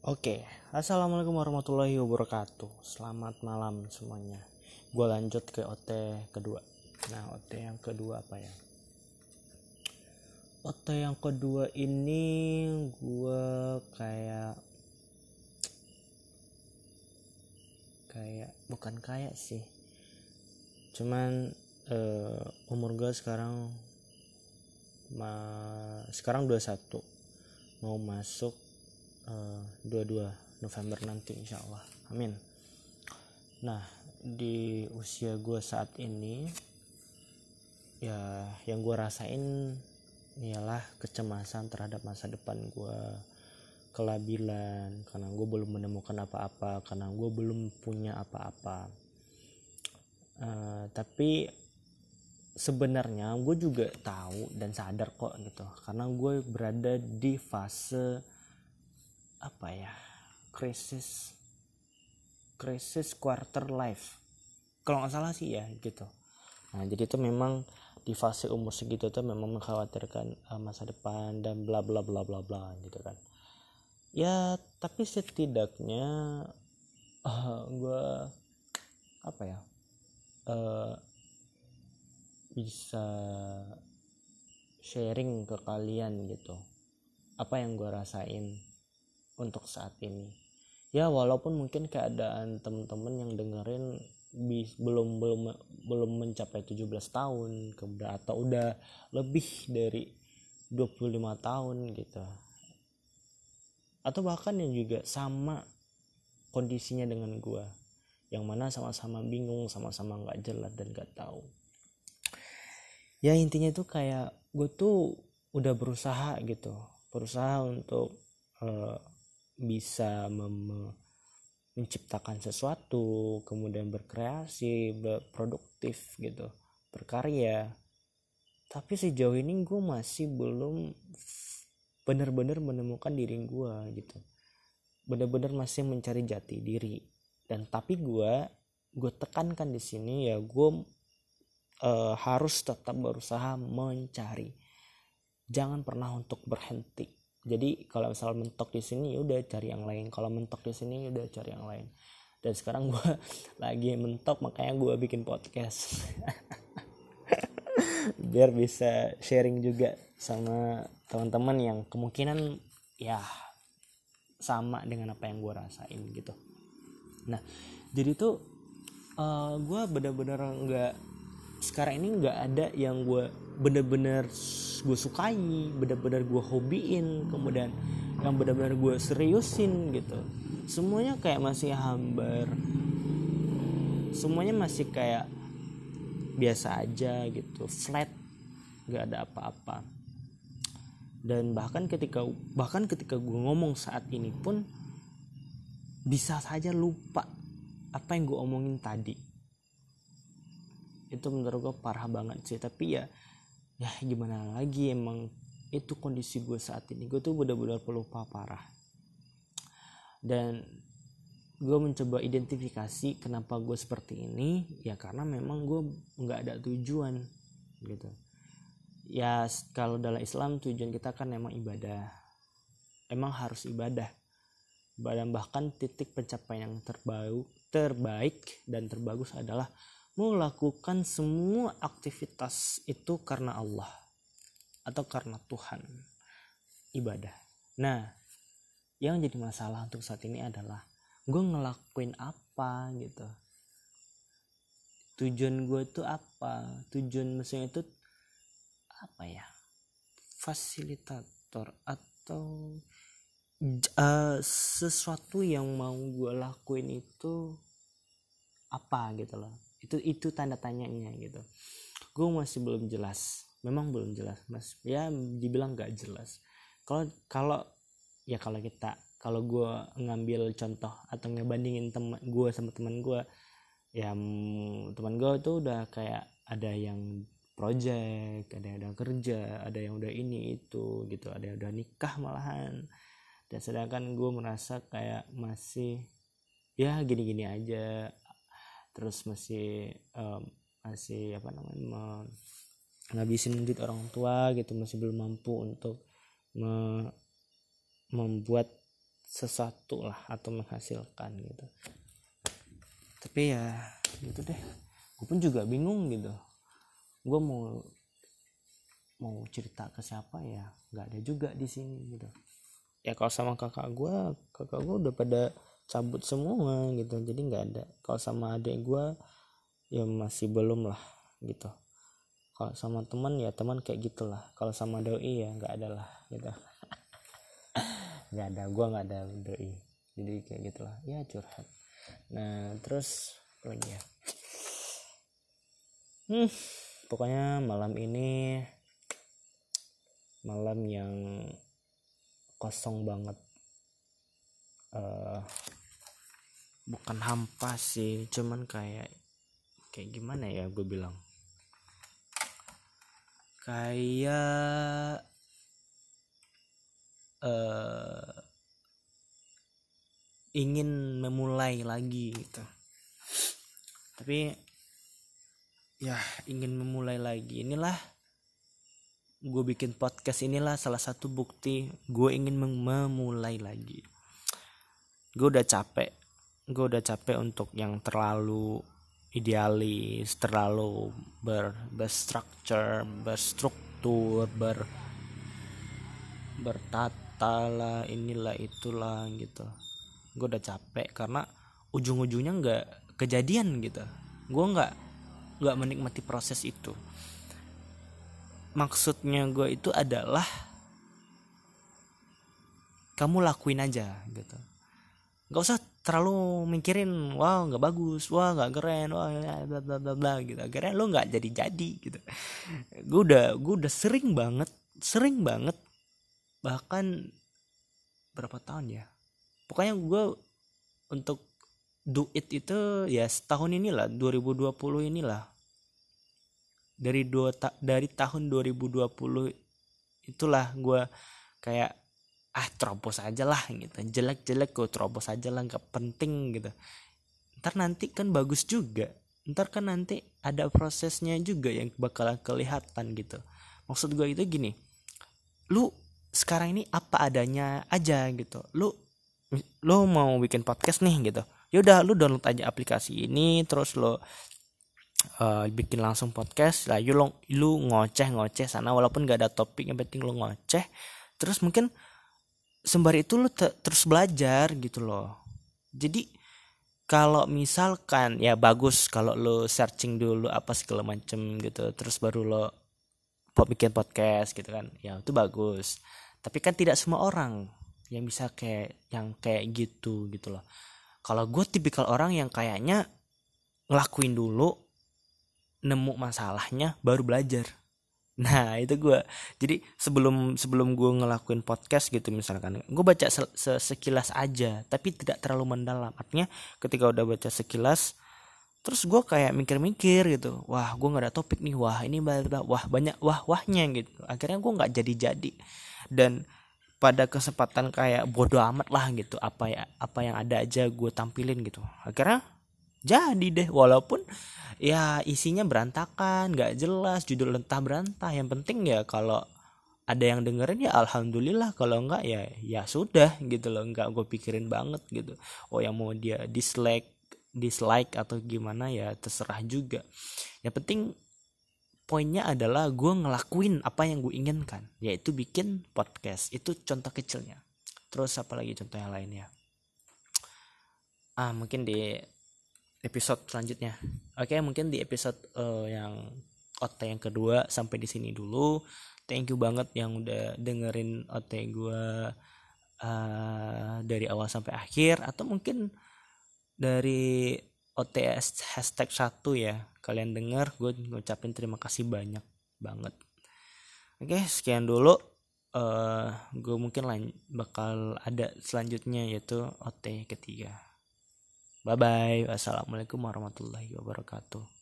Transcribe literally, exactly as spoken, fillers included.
Oke, assalamualaikum warahmatullahi wabarakatuh. Selamat malam semuanya. Gue lanjut ke O T kedua. Nah, O T yang kedua apa ya? O T yang kedua ini gue kayak kayak bukan kayak sih. Cuman uh, umur gue sekarang ma- sekarang dua puluh satu, mau masuk uh, dua puluh dua November nanti insya Allah. Amin. Nah, di usia gue saat ini ya yang gue rasain ialah kecemasan terhadap masa depan gue, kelabilan karena gue belum menemukan apa-apa, karena gue belum punya apa-apa. Uh, tapi sebenarnya gue juga tahu dan sadar kok gitu, karena gue berada di fase apa ya, krisis krisis quarter life kalau nggak salah sih ya gitu. Nah jadi itu memang di fase umur segitu tuh memang mengkhawatirkan uh, masa depan dan bla bla bla bla bla gitu kan ya. Tapi setidaknya uh, gue apa ya uh, bisa sharing ke kalian gitu apa yang gue rasain untuk saat ini ya, walaupun mungkin keadaan temen-temen yang dengerin bis, belum belum belum mencapai tujuh belas tahun kemudian atau udah lebih dari dua puluh lima tahun gitu, atau bahkan yang juga sama kondisinya dengan gue, yang mana sama-sama bingung, sama-sama nggak jelas dan nggak tahu. Ya intinya tuh kayak gue tuh udah berusaha gitu, berusaha untuk uh, bisa mem- menciptakan sesuatu, kemudian berkreasi, berproduktif gitu, berkarya. Tapi sejauh ini gue masih belum benar-benar menemukan diri gue gitu, benar-benar masih mencari jati diri. Dan tapi gue gue tekankan di sini ya, gue uh, harus tetap berusaha mencari, jangan pernah untuk berhenti. Jadi kalau misal mentok di sini ya udah cari yang lain, kalau mentok di sini ya udah cari yang lain. Dan sekarang gue lagi mentok, makanya gue bikin podcast biar bisa sharing juga sama teman-teman yang kemungkinan ya sama dengan apa yang gue rasain gitu. Nah jadi tuh uh, gue bener-bener nggak, sekarang ini nggak ada yang gue bener-bener gue sukai, bener-bener gue hobiin, kemudian yang bener-bener gue seriusin gitu. Semuanya kayak masih hambar, semuanya masih kayak biasa aja gitu, flat, nggak ada apa-apa. Dan bahkan ketika bahkan ketika gue ngomong saat ini pun bisa saja lupa apa yang gue omongin tadi. Itu menurut gue parah banget sih. Tapi ya ya gimana lagi, emang itu kondisi gue saat ini. Gue tuh benar-benar pelupa parah. Dan gue mencoba identifikasi kenapa gue seperti ini, ya karena memang gue nggak ada tujuan gitu ya. Kalau dalam Islam tujuan kita kan memang ibadah, emang harus ibadah. Dan bahkan titik pencapaian yang terbaik terbaik dan terbagus adalah melakukan semua aktivitas itu karena Allah atau karena Tuhan, ibadah. Nah yang jadi masalah untuk saat ini adalah gue ngelakuin apa gitu, tujuan gue tuh apa, tujuan mesinnya itu apa ya, fasilitator atau uh, sesuatu yang mau gue lakuin itu apa gitu loh. Itu itu tanda tanyanya gitu. Gue masih belum jelas, memang belum jelas mas, ya dibilang gak jelas. Kalau kalau ya kalau kita kalau gue ngambil contoh atau ngebandingin teman gue sama teman gue, ya teman gue tuh udah kayak ada yang project, ada yang udah kerja, ada yang udah ini itu gitu, ada yang udah nikah malahan. Dan sedangkan gue merasa kayak masih ya gini-gini aja, terus masih um, masih apa namanya ngabisin duit orang tua gitu, masih belum mampu untuk me- membuat sesuatu lah atau menghasilkan gitu. Tapi ya gitu deh, gue pun juga bingung gitu, gue mau mau cerita ke siapa ya, nggak ada juga di sini gitu. Ya kalau sama kakak gue, kakak gue udah pada cabut semua gitu, jadi nggak ada. Kalau sama adik gue ya masih belum lah gitu. Kalau sama teman ya teman kayak gitulah. Kalau sama doi ya nggak ada lah gitu. Nggak ada, gue nggak ada doi, jadi kayak gitulah ya, curhat. Nah terus apa lagi ya, hmm pokoknya malam ini malam yang kosong banget, uh, bukan hampa sih, cuman kayak kayak gimana ya gue bilang, kayak uh, ingin memulai lagi gitu. Tapi ya ingin memulai lagi, inilah gue bikin podcast, inilah salah satu bukti gue ingin memulai lagi. Gue udah capek, gue udah capek untuk yang terlalu idealis, terlalu ber berstructure, berstruktur, ber bertata lah, inilah itulah gitu. Gue udah capek karena ujung-ujungnya nggak kejadian gitu. Gue nggak nggak menikmati proses itu. Maksudnya gue itu adalah kamu lakuin aja gitu, nggak usah terlalu mikirin wah nggak bagus, wah nggak keren, wah bla bla bla bla gitu. Akhirnya lo nggak jadi jadi gitu. Gue udah gue udah sering banget sering banget bahkan berapa tahun ya, pokoknya gue untuk do it itu ya setahun inilah, dua ribu dua puluh inilah, dari dua ta- dari tahun dua ribu dua puluh itulah gue kayak ah terobos aja lah gitu, jelek-jelek gue terobos aja lah, nggak penting gitu. Ntar nanti kan bagus juga, ntar kan nanti ada prosesnya juga yang bakalan kelihatan gitu. Maksud gue itu gini, lu sekarang ini apa adanya aja gitu. Lu lu mau bikin podcast nih gitu, yaudah lu download aja aplikasi ini, terus lu Uh, bikin langsung podcast lah, lu, lu ngoceh ngoceh sana walaupun gak ada topik, yang penting lu ngoceh. Terus mungkin sembari itu lu te- terus belajar gitu loh. Jadi kalau misalkan ya bagus kalau lu searching dulu apa segala macem gitu, terus baru lo bikin podcast gitu kan, ya itu bagus. Tapi kan tidak semua orang yang bisa kayak yang kayak gitu gitu loh. Kalau gue tipikal orang yang kayaknya ngelakuin dulu, nemu masalahnya baru belajar. Nah itu gue, jadi sebelum sebelum gue ngelakuin podcast gitu misalkan, gue baca se- se- sekilas aja tapi tidak terlalu mendalam. Artinya ketika udah baca sekilas, terus gue kayak mikir-mikir gitu, wah gue nggak ada topik nih, wah ini wah banyak wah wahnya gitu. Akhirnya gue nggak jadi-jadi, dan pada kesempatan kayak bodo amat lah gitu, apa ya apa yang ada aja gue tampilin gitu. Akhirnya jadi deh, walaupun ya isinya berantakan, nggak jelas, judul entah berantah. Yang penting ya kalau ada yang dengerin ya alhamdulillah, kalau enggak ya ya sudah gitu loh, nggak gue pikirin banget gitu. Oh yang mau dia dislike dislike atau gimana ya terserah juga. Yang penting poinnya adalah gue ngelakuin apa yang gue inginkan, yaitu bikin podcast. Itu contoh kecilnya. Terus apa lagi contoh yang lainnya? Ah mungkin di episode selanjutnya. Oke, mungkin di episode uh, yang O T yang kedua sampai di sini dulu. Thank you banget yang udah dengerin O T gue uh, dari awal sampai akhir, atau mungkin dari O T hashtag satu ya. Kalian denger, gue ngucapin terima kasih banyak banget. Oke, sekian dulu. Uh, gue mungkin lan- bakal ada selanjutnya yaitu O T ketiga. Bye bye. Wassalamualaikum warahmatullahi wabarakatuh.